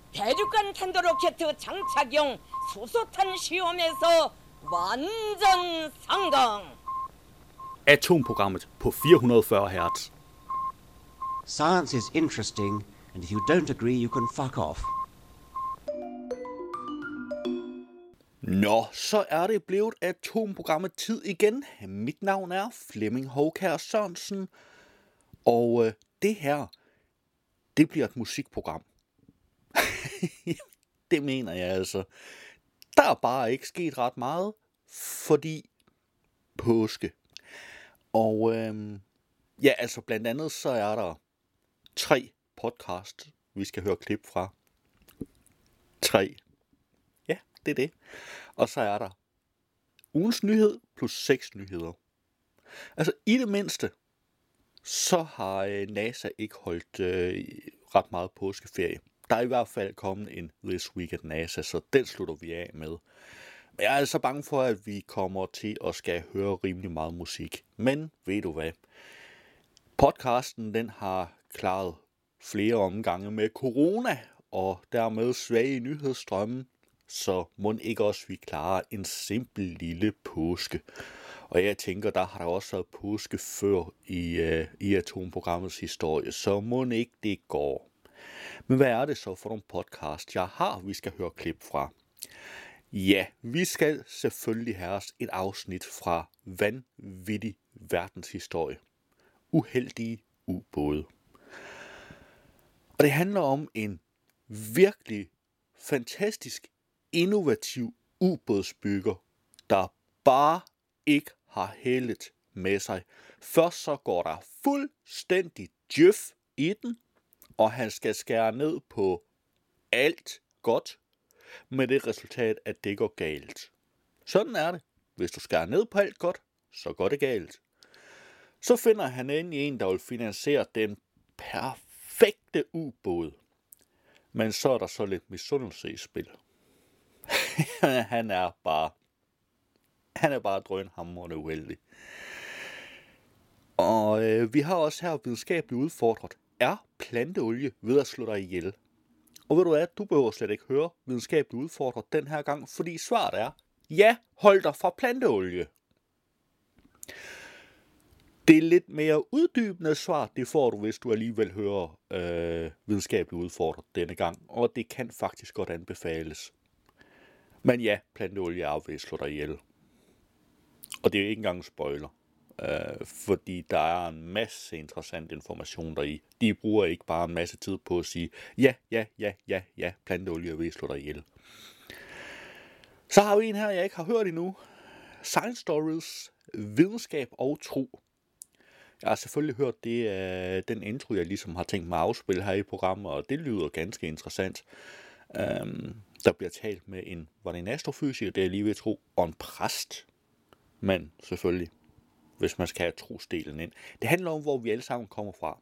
대륙간 탄도로켓 장착용 수소탄 시험에서 완전 성공. Atomprogrammet på 440 Hz. Science is interesting, and if you don't agree, you can fuck off. Nå, så er det blevet Atomprogrammet tid igen. Mit navn er Flemming Hovkær Sørensen, og det her, det bliver et musikprogram. Det mener jeg altså. Der er bare ikke sket ret meget, fordi påske. Og ja, altså blandt andet så er der 3 podcast, vi skal høre klip fra. 3. Ja, det er det. Og så er der ugens nyhed plus 6 nyheder. Altså i det mindste, så har NASA ikke holdt ret meget påskeferie. Der er i hvert fald kommet en This Week at NASA, så den slutter vi af med. Men jeg er altså bange for, at vi kommer til at skal høre rimelig meget musik. Men ved du hvad? Podcasten den har klaret flere omgange med corona, og dermed svage nyhedsstrømme. Så må ikke også vi klarer en simpel lille påske. Og jeg tænker, der har der også været påske før i Atomprogrammets historie, så må ikke det går. Men hvad er det så for nogle podcast, jeg har, vi skal høre klip fra? Ja, vi skal selvfølgelig have os et afsnit fra Vanvittig verdenshistorie. Uheldige ubåde. Og det handler om en virkelig fantastisk, innovativ ubådsbygger, der bare ikke har heldet med sig. Først så går der fuldstændig djøf i den, og han skal skære ned på alt godt, med det resultat, at det går galt. Sådan er det. Hvis du skærer ned på alt godt, så går det galt. Så finder han endelig en, der vil finansiere den perfekte ubåd. Men så er der så lidt misundelse i spil. Han er bare drønhamrende uheldig. Og vi har også her videnskabeligt udfordret. Er planteolie ved at slå dig ihjel? Og ved du hvad, du behøver slet ikke høre videnskabeligt udfordret den her gang, fordi svaret er, ja, hold dig fra planteolie. Det er lidt mere uddybende svar, det får du, hvis du alligevel hører videnskabeligt udfordret denne gang, og det kan faktisk godt anbefales. Men ja, planteolie er ved at slå dig ihjel. Og det er ikke engang en spoiler. Fordi der er en masse interessant information deri. De bruger ikke bare en masse tid på at sige, ja, planteolie er ved at slå dig ihjel. Så har vi en her, jeg ikke har hørt endnu. Science Stories, videnskab og tro. Jeg har selvfølgelig hørt den intro, jeg ligesom har tænkt mig at afspille her i programmet, og det lyder ganske interessant. Der bliver talt med en astrofysiker, det er lige ved at tro, og en præst. Men selvfølgelig, hvis man skal have trosdelen ind. Det handler om, hvor vi alle sammen kommer fra.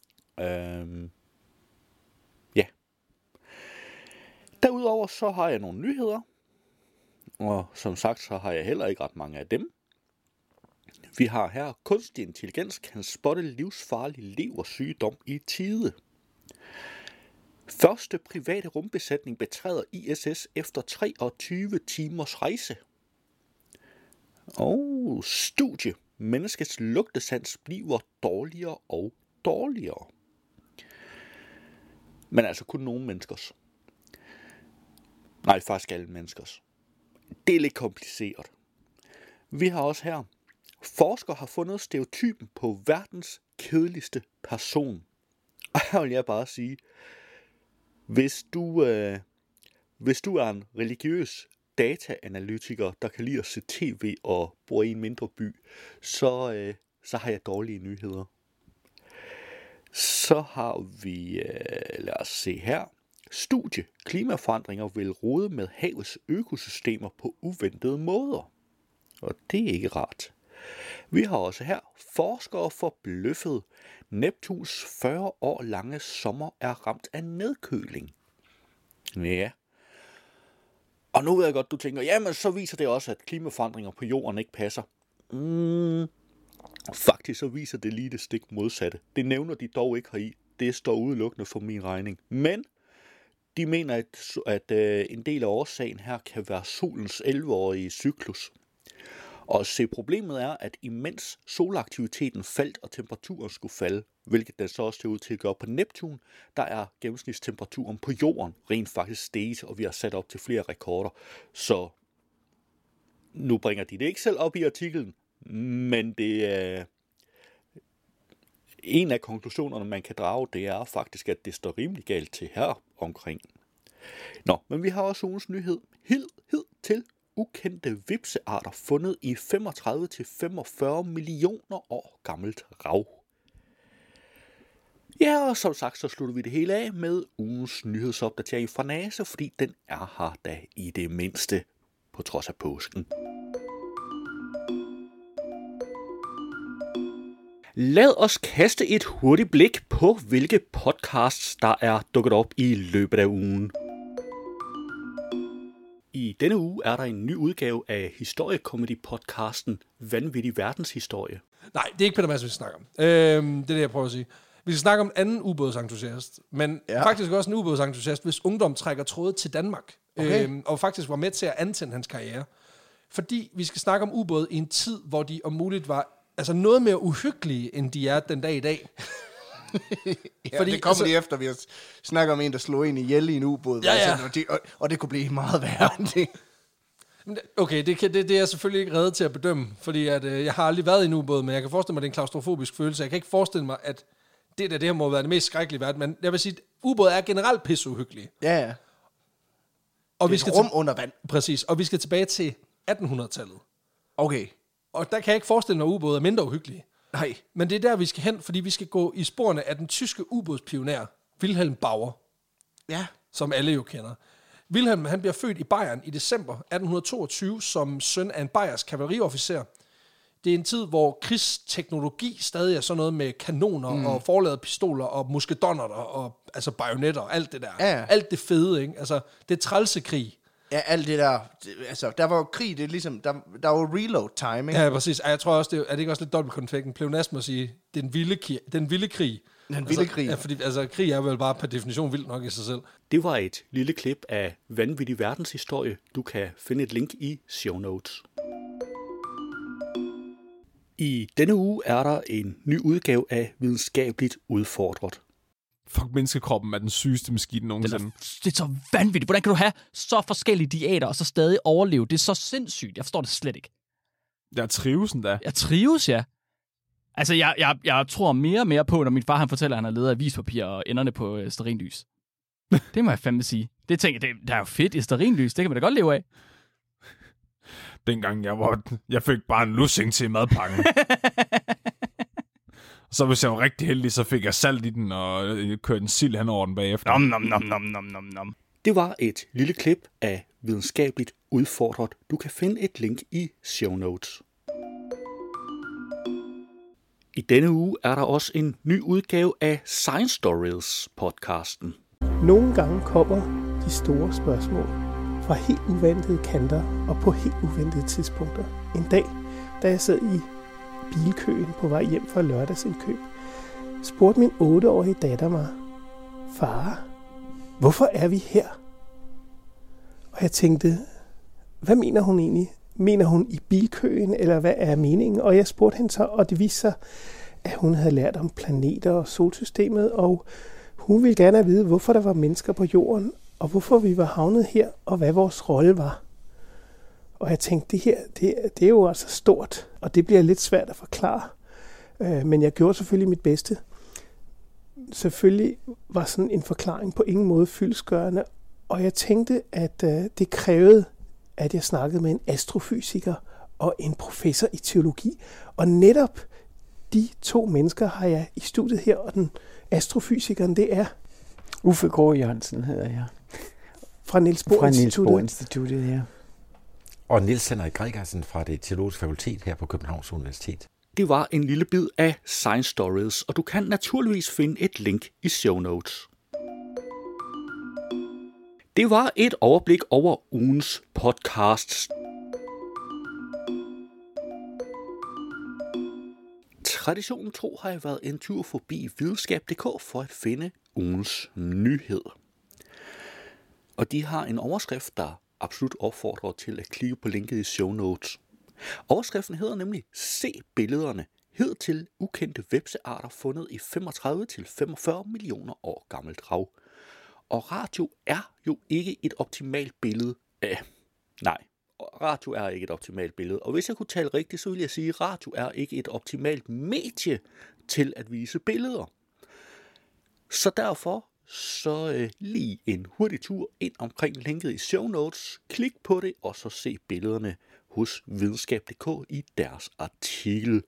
Ja. Derudover så har jeg nogle nyheder. Og som sagt, så har jeg heller ikke ret mange af dem. Vi har her, kunstig intelligens kan spotte livsfarlig leversygdom i tide. Første private rumbesætning betræder ISS efter 23 timers rejse. Og studie. Menneskets lugtesans bliver dårligere og dårligere. Men altså kun nogle menneskers. Nej, faktisk alle menneskers. Det er lidt kompliceret. Vi har også her. Forskere har fundet stereotypen på verdens kedeligste person. Og her vil jeg bare sige, hvis du er en religiøs dataanalytiker, der kan lide at se tv og bor i en mindre by, så har jeg dårlige nyheder. Så har vi, lad os se her, studie. Klimaforandringer vil rode med havets økosystemer på uventede måder. Og det er ikke rart. Vi har også her, forskere forbløffet. Neptuns 40 år lange sommer er ramt af nedkøling. Ja. Og nu ved jeg godt, du tænker, jamen så viser det også, at klimaforandringer på jorden ikke passer. Faktisk så viser det lige det stik modsatte. Det nævner de dog ikke heri. Det står udelukkende for min regning. Men De mener, at en del af årsagen her kan være solens 11-årige cyklus. Og se, problemet er, at imens solaktiviteten faldt og temperaturen skulle falde, hvilket den så også ser ud til at gøre på Neptun, der er gennemsnitstemperaturen på jorden rent faktisk steget, og vi har sat op til flere rekorder. Så nu bringer de det ikke selv op i artiklen, men det er en af konklusionerne, man kan drage, det er faktisk, at det står rimelig galt til her omkring. Nå, men vi har også ugens nyhed. Hidtil ukendte vipsearter fundet i 35-45 millioner år gammelt rav. Ja, og som sagt, så slutter vi det hele af med ugens nyhedsopdatering fra NASA, fordi den er her da i det mindste, på trods af påsken. Lad os kaste et hurtigt blik på, hvilke podcasts, der er dukket op i løbet af ugen. I denne uge er der en ny udgave af historiekomedy-podcasten Vanvittig verdenshistorie. Nej, det er ikke Peter Madsen, vi snakker om. Det er det, jeg prøver at sige. Vi skal snakke om anden ubådsentusiast, men faktisk også en ubådsentusiast, hvis ungdom trækker tråde til Danmark. Okay. Og faktisk var med til at antænde hans karriere. Fordi vi skal snakke om ubåde i en tid, hvor de om muligt var noget mere uhyggelige, end de er den dag i dag. Ja, fordi, det kommer de efter, vi har snakket om en, der slog en ihjel i en ubåd. Ja. Og det kunne blive meget værre end det. Okay, det er jeg selvfølgelig ikke reddet til at bedømme, fordi at, jeg har aldrig været i en ubåd, men jeg kan forestille mig, at det er en klaustrofobisk følelse. Jeg kan ikke forestille mig, at det her må være det mest skrækkelige verden, men jeg vil sige, at ubåd er generelt pisseuhyggelige. Ja. Og vi skal rum under vand. Præcis, og vi skal tilbage til 1800-tallet. Okay. Og der kan jeg ikke forestille mig, at ubåde er mindre uhyggelige. Nej. Men det er der, vi skal hen, fordi vi skal gå i sporene af den tyske ubådspioner, Wilhelm Bauer. Ja. Som alle jo kender. Wilhelm, han bliver født i Bayern i december 1822 som søn af en bayersk kavaleriofficer. Det er en tid, hvor krigsteknologi stadig er sådan noget med kanoner og forladede pistoler og muskedonnerter og altså bajonetter og alt det der. Ja. Alt det fede, ikke? Altså, det er trælsekrig. Ja, alt det der. Altså, der var jo krig, det er ligesom, der var jo reload time, ikke? Ja, præcis. Jeg tror også, er det ikke også lidt dobbeltkonfekten? Pleonasm at sige, det er den vilde krig. Den vilde krig. Ja, fordi krig er vel bare per definition vildt nok i sig selv. Det var et lille klip af Vanvittig verdenshistorie. Du kan finde et link i show notes. I denne uge er der en ny udgave af Videnskabeligt udfordret. Fuck, menneskekroppen er den sygeste maskine nogensinde. Det er så vanvittigt. Hvordan kan du have så forskellige diæter og så stadig overleve? Det er så sindssygt. Jeg forstår det slet ikke. Jeg trives endda. Jeg trives, ja. Altså, jeg tror mere og mere på, når min far han fortæller, at han har ledet avispapir og enderne på stearinlys. Det må jeg fandme sige. Det tænker jeg, der er jo fedt i stearinlys. Det kan man da godt leve af. Dengang jeg fik bare en lussing til madpakken. Så hvis jeg var rigtig heldig, så fik jeg salt i den og kørte en sild hen over den bagefter. Nom. Det var et lille klip af Videnskabeligt udfordret. Du kan finde et link i show notes. I denne uge er der også en ny udgave af Science Stories podcasten. Nogle gange kommer de store spørgsmål fra helt uventede kanter og på helt uventede tidspunkter. En dag, da jeg sad i bilkøen på vej hjem fra lørdagsindkøb, spurgte min 8-årige datter mig, far, hvorfor er vi her? Og jeg tænkte, hvad mener hun egentlig? Mener hun i bilkøen, eller hvad er meningen? Og jeg spurgte hende så, og det viste sig, at hun havde lært om planeter og solsystemet, og hun ville gerne have vide, hvorfor der var mennesker på jorden, og hvorfor vi var havnet her, og hvad vores rolle var. Og jeg tænkte, det her, det er jo altså stort, og det bliver lidt svært at forklare. Men jeg gjorde selvfølgelig mit bedste. Selvfølgelig var sådan en forklaring på ingen måde fyldestgørende, og jeg tænkte, at det krævede, at jeg snakkede med en astrofysiker og en professor i teologi. Og netop de to mennesker har jeg i studiet her, og den astrofysikeren, det er Uffe Gård Jørgensen hedder jeg. Fra Niels Bohr Instituttet, ja. Og Niels Henrik Gregersen fra det teologiske fakultet her på Københavns Universitet. Det var en lille bid af Science Stories, og du kan naturligvis finde et link i show notes. Det var et overblik over ugens podcasts. Traditionen tro har jeg været en tur forbi videnskab.dk for at finde ugens nyhed. Og de har en overskrift, der absolut opfordrer til at klikke på linket i show notes. Overskriften hedder nemlig Se billederne. Hidtil ukendte hvepsearter fundet i 35-45 millioner år gammelt hav. Og radio er jo ikke et optimalt billede. Radio er ikke et optimalt billede. Og hvis jeg kunne tale rigtigt, så vil jeg sige, at radio er ikke et optimalt medie til at vise billeder. Så derfor lige en hurtig tur ind omkring linket i show notes. Klik på det, og så se billederne hos videnskab.dk i deres artikel.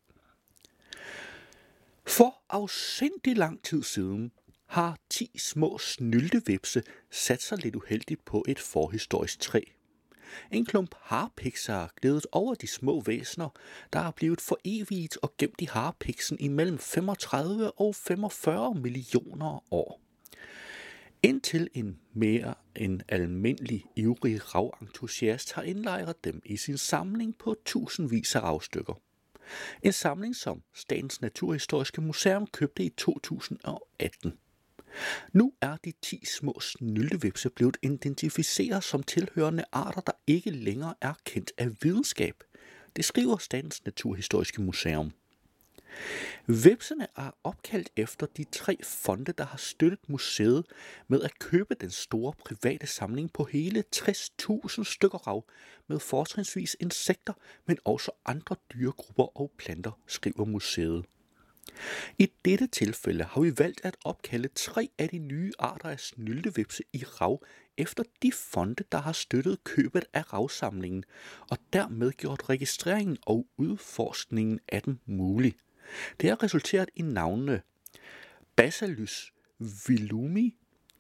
For afsindig lang tid siden har 10 små snyltehvepse sat sig lidt uheldigt på et forhistorisk træ. En klump harpiks er glædet over de små væsener, der er blevet foreviget og gemt i harpiksen i mellem 35 og 45 millioner år. Indtil en mere end almindelig ivrig raventusiast har indlejret dem i sin samling på tusindvis af ravstykker. En samling, som Statens Naturhistoriske Museum købte i 2018. Nu er de 10 små snyltehvepse blevet identificeret som tilhørende arter, der ikke længere er kendt af videnskab. Det skriver Statens Naturhistoriske Museum. Hvepsene er opkaldt efter de 3 fonde, der har støttet museet med at købe den store private samling på hele 60.000 stykker rav med fortrinsvis insekter, men også andre dyregrupper og planter, skriver museet. I dette tilfælde har vi valgt at opkalde 3 af de nye arter af snyltehvepse i rav efter de fonde, der har støttet købet af ravsamlingen og dermed gjort registreringen og udforskningen af dem mulig. Det har resulteret i navnene Basalus villumi,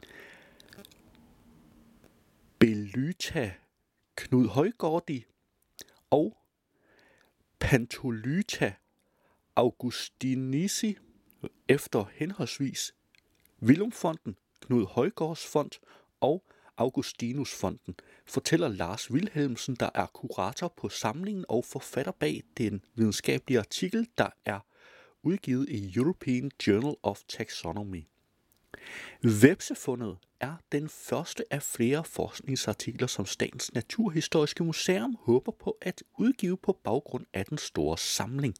Belyta knudhøjgårdi og Pantholyta augustinici efter henholdsvis Willumfonden, Knud Højgaards Fond og Augustinusfonden, fortæller Lars Wilhelmsen, der er kurator på samlingen og forfatter bag den videnskabelige artikel, der er udgivet i European Journal of Taxonomy. Hvepsefundet er den første af flere forskningsartikler, som Statens Naturhistoriske Museum håber på at udgive på baggrund af den store samling.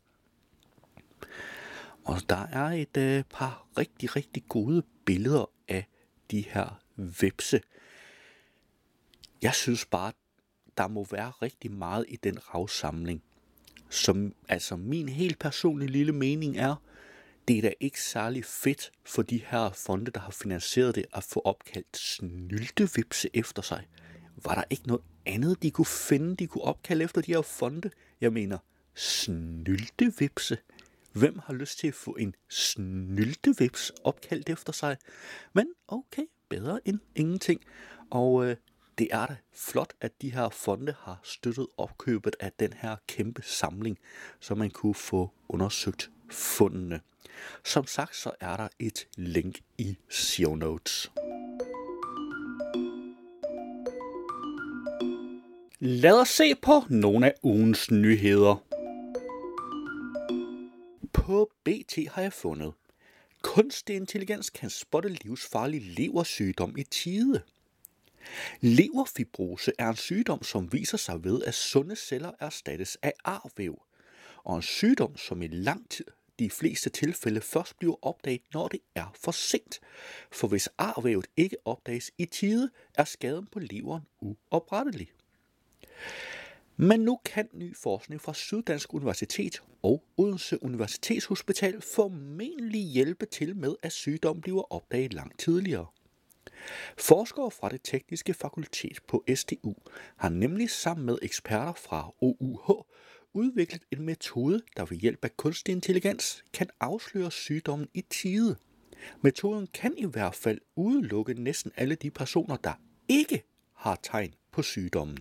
Og der er et par rigtig gode billeder af de her hvepse. Jeg synes bare, der må være rigtig meget i den ravsamling. Som altså min helt personlige lille mening er, det er da ikke særlig fedt for de her fonde, der har finansieret det, at få opkaldt snyltehvepse efter sig. Var der ikke noget andet, de kunne finde, de kunne opkalde efter de her fonde? Jeg mener, snyltehvepse. Hvem har lyst til at få en snyltevips opkaldt efter sig? Men okay, bedre end ingenting. Og det er da flot, at de her fonde har støttet opkøbet af den her kæmpe samling, så man kunne få undersøgt fundene. Som sagt, så er der et link i show notes. Lad os se på nogle af ugens nyheder. På BT har jeg fundet, kunstig intelligens kan spotte livsfarlig leversygdom i tide. Leverfibrose er en sygdom, som viser sig ved, at sunde celler erstattes af arvæv, og en sygdom, som i lang tid de fleste tilfælde først bliver opdaget, når det er for sent. For hvis arvævet ikke opdages i tide, er skaden på leveren uoprettelig. Men nu kan ny forskning fra Syddansk Universitet og Odense Universitetshospital formentlig hjælpe til med, at sygdommen bliver opdaget langt tidligere. Forskere fra det tekniske fakultet på SDU har nemlig sammen med eksperter fra OUH udviklet en metode, der ved hjælp af kunstig intelligens kan afsløre sygdommen i tide. Metoden kan i hvert fald udelukke næsten alle de personer, der ikke har tegn på sygdommen.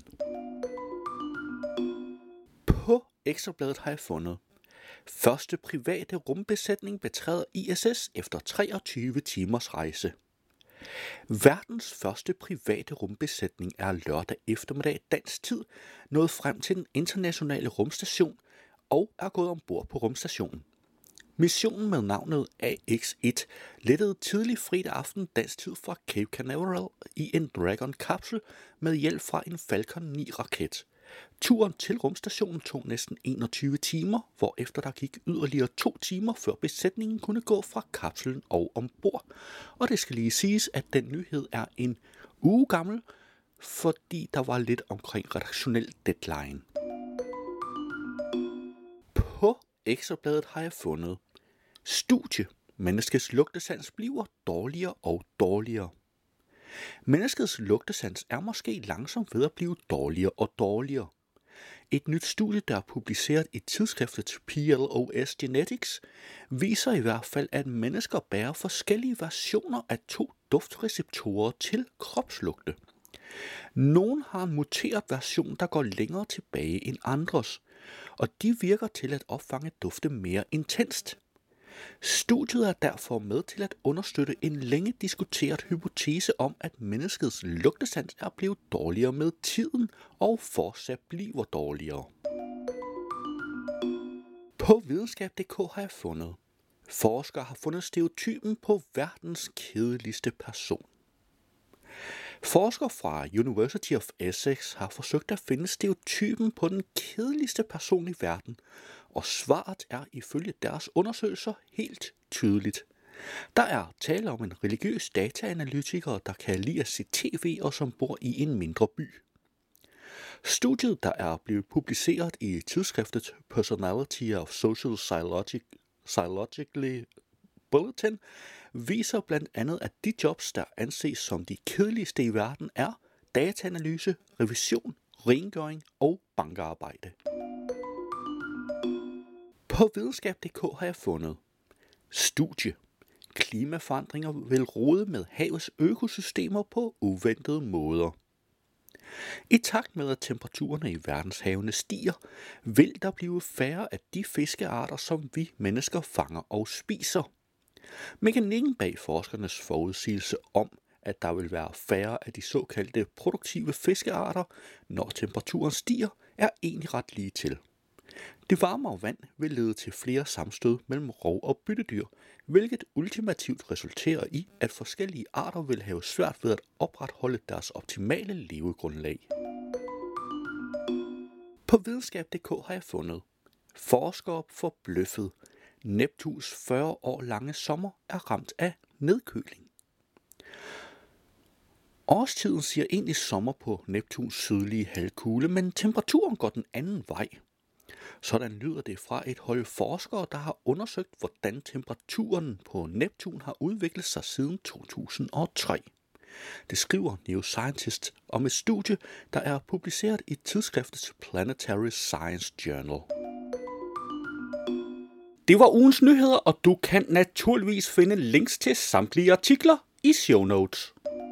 På Ekstrabladet har jeg fundet, første private rumbesætning betræder ISS efter 23 timers rejse. Verdens første private rumbesætning er lørdag eftermiddag dansk tid nået frem til den internationale rumstation og er gået ombord på rumstationen. Missionen med navnet AX-1 lettede tidlig fredag aften dansk tid fra Cape Canaveral i en Dragon-kapsel med hjælp fra en Falcon 9-raket. Turen til rumstationen tog næsten 21 timer, hvorefter der gik yderligere 2 timer, før besætningen kunne gå fra kapslen og ombord. Og det skal lige siges, at den nyhed er en uge gammel, fordi der var lidt omkring redaktionel deadline. På Ekstrabladet har jeg fundet studie. Menneskets lugtesans bliver dårligere og dårligere. Menneskets lugtesans er måske langsomt ved at blive dårligere og dårligere. Et nyt studie, der er publiceret i tidsskriftet PLOS Genetics, viser i hvert fald, at mennesker bærer forskellige versioner af 2 duftreceptorer til kropslugte. Nogle har en muteret version, der går længere tilbage end andres, og de virker til at opfange dufte mere intenst. Studiet er derfor med til at understøtte en længe diskuteret hypotese om, at menneskets lugtesans er blevet dårligere med tiden og fortsat bliver dårligere. På videnskab.dk har jeg fundet. Forskere har fundet stereotypen på verdens kedeligste person. Forskere fra University of Essex har forsøgt at finde stereotypen på den kedeligste person i verden, og svaret er ifølge deres undersøgelser helt tydeligt. Der er tale om en religiøs dataanalytiker, der kan lide at se tv og som bor i en mindre by. Studiet, der er blevet publiceret i tidsskriftet Personality of Social Psychological Bulletin, viser blandt andet, at de jobs, der anses som de kedeligste i verden, er dataanalyse, revision, rengøring og bankarbejde. På videnskab.dk har jeg fundet studie. Klimaforandringer vil rode med havets økosystemer på uventede måder. I takt med, at temperaturerne i verdenshavene stiger, vil der blive færre af de fiskearter, som vi mennesker fanger og spiser. Mekanikken bag forskernes forudsigelse om, at der vil være færre af de såkaldte produktive fiskearter, når temperaturen stiger, er egentlig ret lige til. Det varmere vand vil lede til flere sammenstød mellem rov og byttedyr, hvilket ultimativt resulterer i, at forskellige arter vil have svært ved at opretholde deres optimale levegrundlag. På videnskab.dk har jeg fundet. Forskere forbløffet. Neptuns 40 år lange sommer er ramt af nedkøling. Årstiden siger egentlig sommer på Neptuns sydlige halvkugle, men temperaturen går den anden vej. Sådan lyder det fra et hold forskere, der har undersøgt, hvordan temperaturen på Neptun har udviklet sig siden 2003. Det skriver New Scientist om et studie, der er publiceret i tidsskriftet Planetary Science Journal. Det var ugens nyheder, og du kan naturligvis finde links til samtlige artikler i show notes.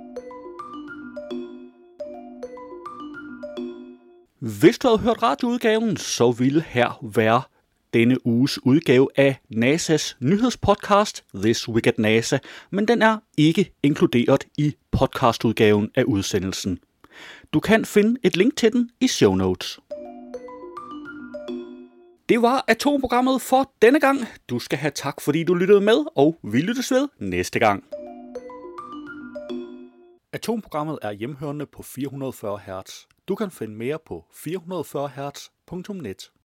Hvis du havde hørt radioudgaven, så ville her være denne uges udgave af NASA's nyhedspodcast This Week at NASA, men den er ikke inkluderet i podcastudgaven af udsendelsen. Du kan finde et link til den i show notes. Det var Atomprogrammet for denne gang. Du skal have tak, fordi du lyttede med, og vi lyttes ved næste gang. Atomprogrammet er hjemhørende på 440 Hz. Du kan finde mere på 440hz.net.